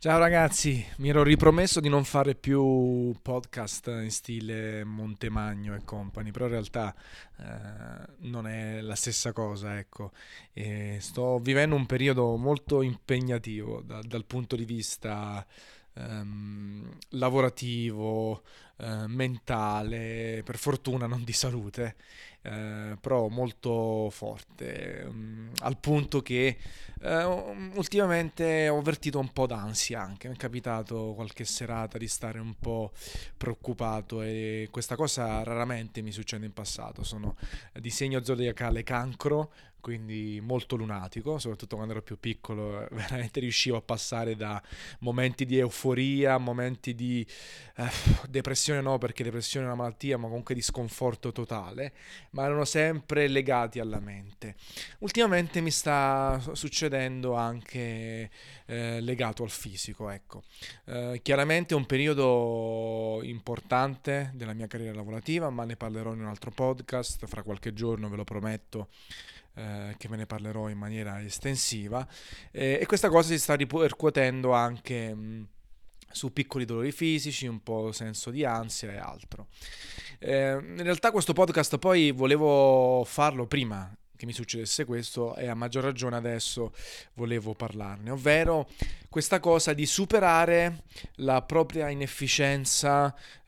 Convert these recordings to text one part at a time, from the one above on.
Ciao ragazzi, mi ero ripromesso di non fare più podcast in stile Montemagno e company, però in realtà non è la stessa cosa, ecco. E sto vivendo un periodo molto impegnativo dal punto di vista lavorativo, mentale, per fortuna non di salute, però molto forte, al punto che ultimamente ho avvertito un po' d'ansia anche, mi è capitato qualche serata di stare un po' preoccupato e questa cosa raramente mi succede in passato. Sono di segno zodiacale cancro, quindi molto lunatico, soprattutto quando ero più piccolo, veramente riuscivo a passare da momenti di euforia, momenti di eh, depressione no, perché depressione è una malattia, ma comunque di sconforto totale, ma erano sempre legati alla mente. Ultimamente mi sta succedendo anche legato al fisico, ecco. Chiaramente è un periodo importante della mia carriera lavorativa, ma ne parlerò in un altro podcast, fra qualche giorno ve lo prometto. Che me ne parlerò in maniera estensiva e questa cosa si sta ripercuotendo anche su piccoli dolori fisici, un po' senso di ansia e altro. In realtà questo podcast poi volevo farlo prima che mi succedesse questo e a maggior ragione adesso volevo parlarne, ovvero questa cosa di superare la propria inefficienza,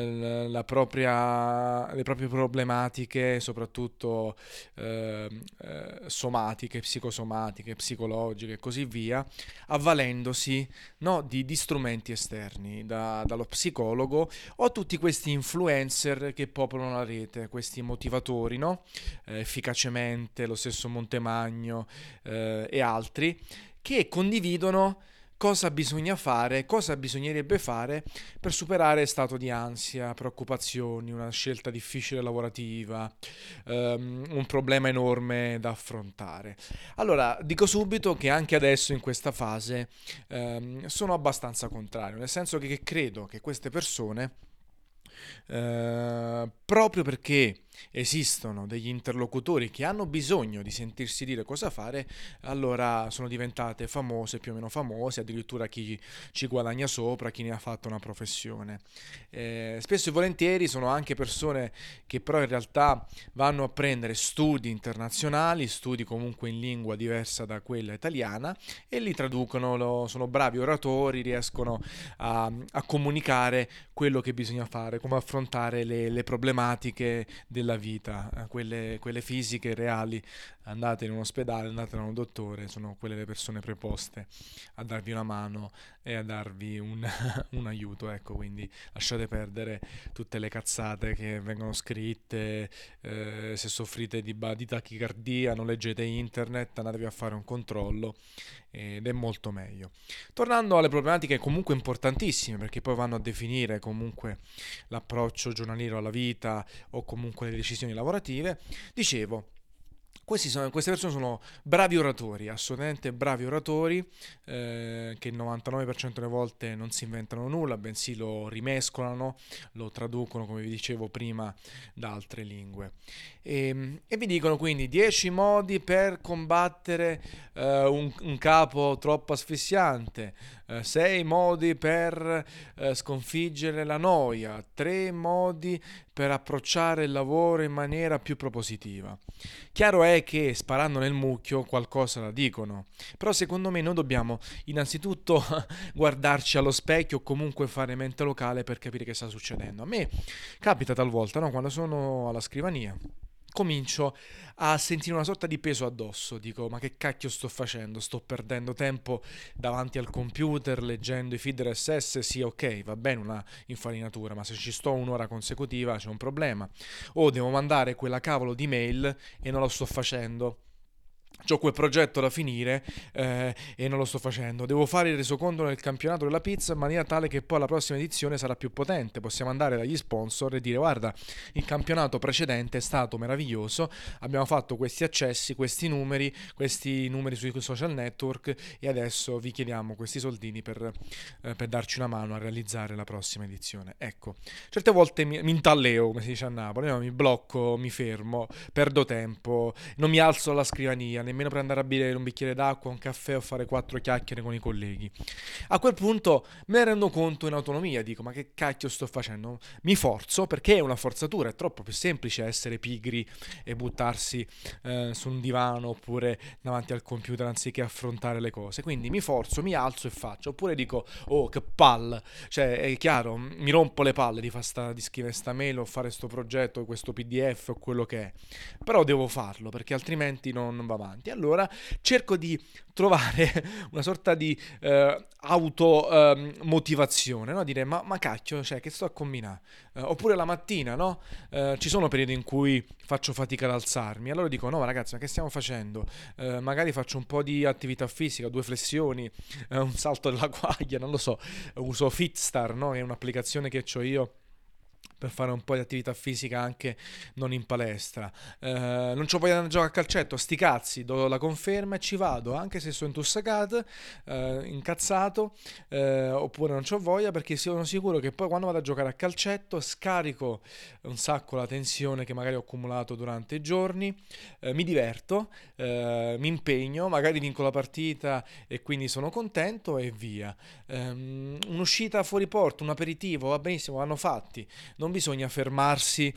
le proprie problematiche, soprattutto somatiche, psicosomatiche, psicologiche e così via, avvalendosi no, di strumenti esterni, dallo psicologo o tutti questi influencer che popolano la rete, questi motivatori, no? Efficacemente, lo stesso Montemagno e altri, che condividono cosa bisogna fare, cosa bisognerebbe fare per superare stato di ansia, preoccupazioni, una scelta difficile lavorativa, un problema enorme da affrontare. Allora, dico subito che anche adesso in questa fase sono abbastanza contrario, nel senso che credo che queste persone proprio perché esistono degli interlocutori che hanno bisogno di sentirsi dire cosa fare, allora sono diventate famose, più o meno famose, addirittura chi ci guadagna sopra, chi ne ha fatto una professione. Spesso e volentieri sono anche persone che però in realtà vanno a prendere studi internazionali, studi comunque in lingua diversa da quella italiana e li traducono, sono bravi oratori, riescono a comunicare quello che bisogna fare, come affrontare le problematiche della vita, quelle fisiche reali. Andate in un ospedale, andate da un dottore, sono quelle le persone preposte a darvi una mano e a darvi un aiuto, ecco, quindi lasciate perdere tutte le cazzate che vengono scritte, se soffrite di tachicardia, non leggete internet, andatevi a fare un controllo ed è molto meglio. Tornando alle problematiche comunque importantissime, perché poi vanno a definire comunque l'approccio giornaliero alla vita o comunque le decisioni lavorative, dicevo, queste persone sono bravi oratori, assolutamente bravi oratori, che il 99% delle volte non si inventano nulla, bensì lo rimescolano, lo traducono, come vi dicevo prima, da altre lingue. E vi dicono quindi 10 modi per combattere un capo troppo asfissiante, 6 modi per sconfiggere la noia, 3 modi per approcciare il lavoro in maniera più propositiva. Chiaro è che sparando nel mucchio qualcosa la dicono, però secondo me noi dobbiamo innanzitutto guardarci allo specchio o comunque fare mente locale per capire che sta succedendo. A me capita talvolta, no, quando sono alla scrivania, comincio a sentire una sorta di peso addosso, dico ma che cacchio sto facendo? Sto perdendo tempo davanti al computer leggendo i feed RSS, sì ok, va bene una infarinatura, ma se ci sto un'ora consecutiva c'è un problema. O devo mandare quella cavolo di mail e non lo sto facendo. C'ho quel progetto da finire e non lo sto facendo. Devo fare il resoconto nel campionato della pizza in maniera tale che poi la prossima edizione sarà più potente. Possiamo andare dagli sponsor e dire guarda, il campionato precedente è stato meraviglioso, abbiamo fatto questi numeri sui social network e adesso vi chiediamo questi soldini per darci una mano a realizzare la prossima edizione. Ecco, certe volte mi intalleo, come si dice a Napoli, no? Mi blocco, mi fermo, perdo tempo, non mi alzo alla scrivania, nemmeno per andare a bere un bicchiere d'acqua, un caffè o fare quattro chiacchiere con i colleghi. A quel punto me ne rendo conto in autonomia, dico ma che cacchio sto facendo? Mi forzo perché è una forzatura, è troppo più semplice essere pigri e buttarsi su un divano oppure davanti al computer anziché affrontare le cose. Quindi mi forzo, mi alzo e faccio. Oppure dico oh che palla, cioè è chiaro, mi rompo le palle di scrivere sta mail o fare sto progetto, questo PDF o quello che è. Però devo farlo perché altrimenti non va avanti. Allora cerco di trovare una sorta di auto motivazione, no? Dire ma cacchio, cioè che sto a combinare? Oppure la mattina, no? Ci sono periodi in cui faccio fatica ad alzarmi, allora dico no ragazzi ma che stiamo facendo? Magari faccio un po' di attività fisica, due flessioni, un salto della quaglia, non lo so, uso Fitstar, no? Che è un'applicazione che ho io per fare un po' di attività fisica anche non in palestra. Non c'ho voglia di andare a giocare a calcetto, sti cazzi, do la conferma e ci vado, anche se sono intussacato, incazzato, oppure non c'ho voglia perché sono sicuro che poi quando vado a giocare a calcetto scarico un sacco la tensione che magari ho accumulato durante i giorni, mi diverto, mi impegno, magari vinco la partita e quindi sono contento e via. Un'uscita fuori porta, un aperitivo, va benissimo, vanno fatti. Non bisogna fermarsi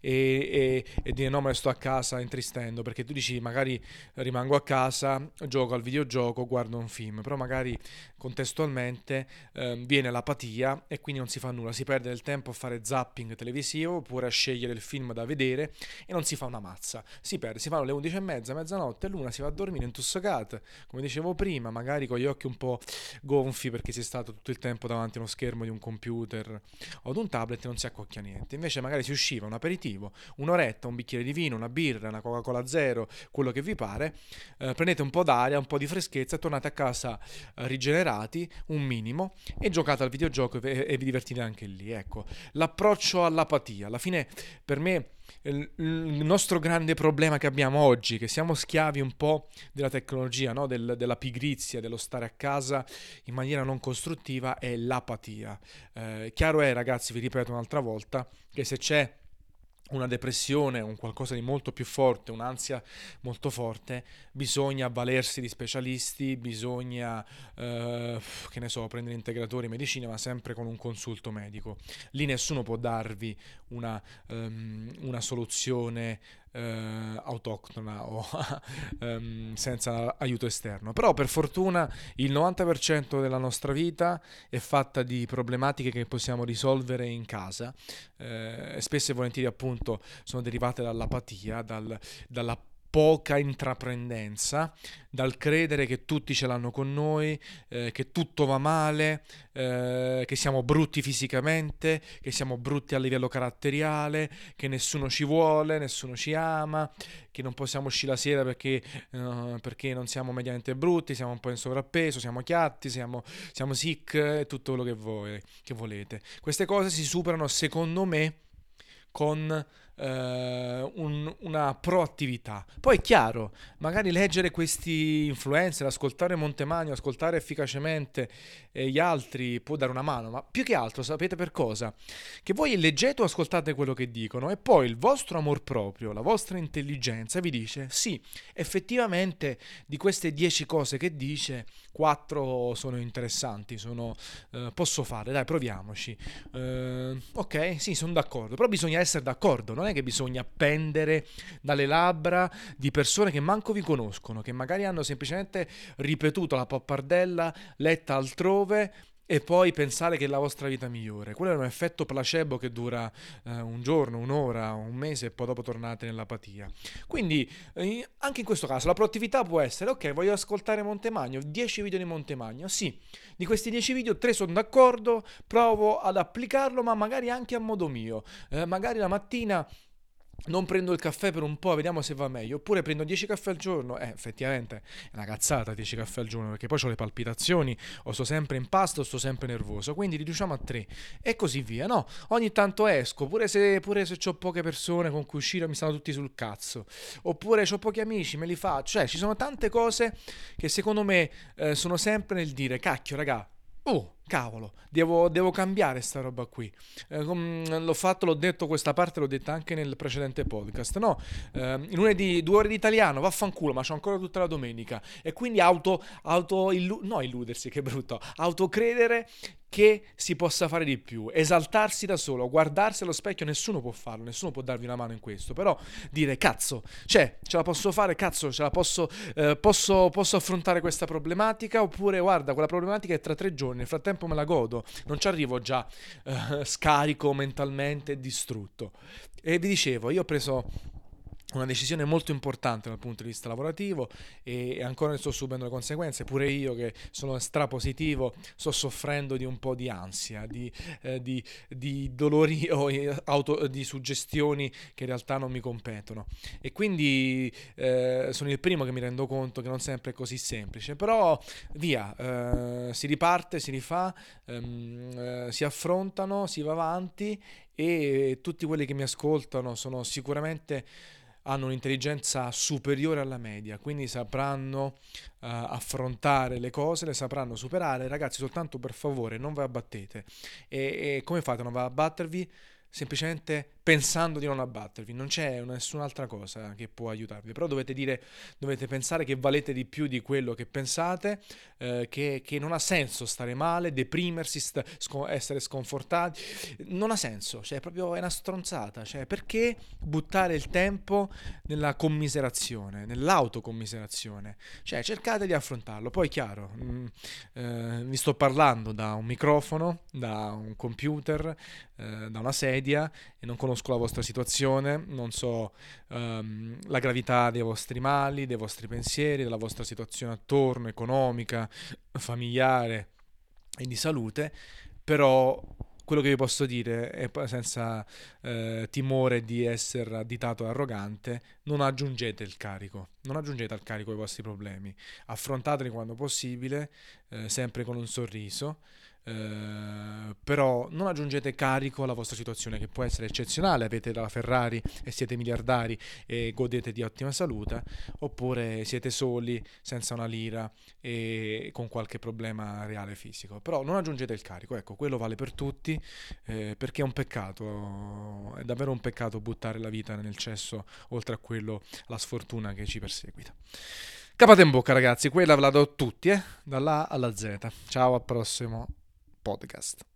e dire no, me ne sto a casa intristendo, perché tu dici magari rimango a casa, gioco al videogioco, guardo un film, però magari contestualmente viene l'apatia e quindi non si fa nulla, si perde del tempo a fare zapping televisivo oppure a scegliere il film da vedere e non si fa una mazza, si perde, si fanno le 11:30, mezzanotte e l'una si va a dormire intossicata, come dicevo prima, magari con gli occhi un po' gonfi perché si è stato tutto il tempo davanti a uno schermo di un computer o ad un tablet e non si accocchia niente. Invece magari si usciva un aperitivo, un'oretta, un bicchiere di vino, una birra, una Coca-Cola zero, quello che vi pare, prendete un po' d'aria, un po' di freschezza e tornate a casa rigenerati, un minimo, e giocate al videogioco e vi divertite anche lì. Ecco, l'approccio all'apatia. Alla fine per me il nostro grande problema che abbiamo oggi, che siamo schiavi un po' della tecnologia, no? Della pigrizia, dello stare a casa in maniera non costruttiva, è l'apatia. Chiaro è, ragazzi, vi ripeto un'altra volta, che se c'è una depressione, un qualcosa di molto più forte, un'ansia molto forte, bisogna avvalersi di specialisti, bisogna, che ne so, prendere integratori, medicina, ma sempre con un consulto medico. Lì nessuno può darvi una soluzione autoctona o senza aiuto esterno. Però per fortuna il 90% della nostra vita è fatta di problematiche che possiamo risolvere in casa, spesso e volentieri appunto sono derivate dall'apatia, dalla poca intraprendenza, dal credere che tutti ce l'hanno con noi, che tutto va male, che siamo brutti fisicamente, che siamo brutti a livello caratteriale, che nessuno ci vuole, nessuno ci ama, che non possiamo uscire la sera perché non siamo mediamente brutti, siamo un po' in sovrappeso, siamo chiatti, siamo sick e tutto quello che volete. Queste cose si superano secondo me con una proattività. Poi è chiaro, magari leggere questi influencer, ascoltare Montemagno, ascoltare efficacemente gli altri può dare una mano, ma più che altro sapete per cosa? Che voi leggete o ascoltate quello che dicono e poi il vostro amor proprio, la vostra intelligenza vi dice sì, effettivamente di queste 10 cose che dice 4 sono interessanti, posso fare, dai proviamoci. Ok, sì, sono d'accordo, però bisogna essere d'accordo, non è che bisogna pendere dalle labbra di persone che manco vi conoscono, che magari hanno semplicemente ripetuto la pappardella letta altrove e poi pensare che è la vostra vita migliore. Quello è un effetto placebo che dura un giorno, un'ora, un mese e poi dopo tornate nell'apatia. Quindi anche in questo caso la proattività può essere ok, voglio ascoltare Montemagno, 10 video di Montemagno, sì, di questi 10 video 3 sono d'accordo, provo ad applicarlo ma magari anche a modo mio, magari la mattina non prendo il caffè per un po', vediamo se va meglio. Oppure prendo 10 caffè al giorno. Effettivamente è una cazzata 10 caffè al giorno, perché poi ho le palpitazioni, o sto sempre in pasta o sto sempre nervoso. Quindi riduciamo a 3 e così via. No, ogni tanto esco, pure se ho poche persone con cui uscire mi stanno tutti sul cazzo. Oppure ho pochi amici, me li faccio. Cioè, ci sono tante cose che secondo me sono sempre nel dire, cacchio, raga, oh, Cavolo, devo cambiare sta roba qui. L'ho fatto, l'ho detto questa parte, l'ho detta anche nel precedente podcast. No, lunedì 2 ore di italiano, vaffanculo, ma c'ho ancora tutta la domenica. E quindi no, illudersi, che brutto, autocredere che si possa fare di più, esaltarsi da solo, guardarsi allo specchio, nessuno può farlo, nessuno può darvi una mano in questo, però dire cazzo, cioè, ce la posso fare, cazzo, ce la posso affrontare questa problematica, oppure guarda, quella problematica è tra 3 giorni, nel frattempo me la godo, non ci arrivo già scarico mentalmente e distrutto. E vi dicevo, io ho preso una decisione molto importante dal punto di vista lavorativo e ancora ne sto subendo le conseguenze. Pure io, che sono strapositivo, sto soffrendo di un po' di ansia, di dolori o di suggestioni che in realtà non mi competono. E quindi sono il primo che mi rendo conto che non sempre è così semplice. Però via, si riparte, si rifà, si affrontano, si va avanti, e tutti quelli che mi ascoltano sono sicuramente hanno un'intelligenza superiore alla media, quindi sapranno affrontare le cose, le sapranno superare. Ragazzi, soltanto per favore non vi abbattete. E come fate a non abbattervi? Semplicemente pensando di non abbattervi, non c'è nessun'altra cosa che può aiutarvi, però dovete pensare che valete di più di quello che pensate, che non ha senso stare male, deprimersi, essere sconfortati, non ha senso, cioè proprio è una stronzata, cioè perché buttare il tempo nella commiserazione, nell'autocommiserazione? Cioè cercate di affrontarlo, poi chiaro, vi sto parlando da un microfono, da un computer, da una sedia, e non conosco la vostra situazione, non so la gravità dei vostri mali, dei vostri pensieri, della vostra situazione attorno, economica, familiare e di salute, però quello che vi posso dire è, senza timore di essere additato arrogante, non aggiungete il carico, non aggiungete al carico i vostri problemi, affrontateli quando possibile, sempre con un sorriso, però non aggiungete carico alla vostra situazione, che può essere eccezionale, avete la Ferrari e siete miliardari e godete di ottima salute, oppure siete soli, senza una lira e con qualche problema reale fisico. Però non aggiungete il carico, ecco, quello vale per tutti, perché è un peccato, è davvero un peccato buttare la vita nel cesso, oltre a quello, la sfortuna che ci perseguita. Capate in bocca, ragazzi, quella ve la do a tutti, dalla A alla Z. Ciao, al prossimo podcast.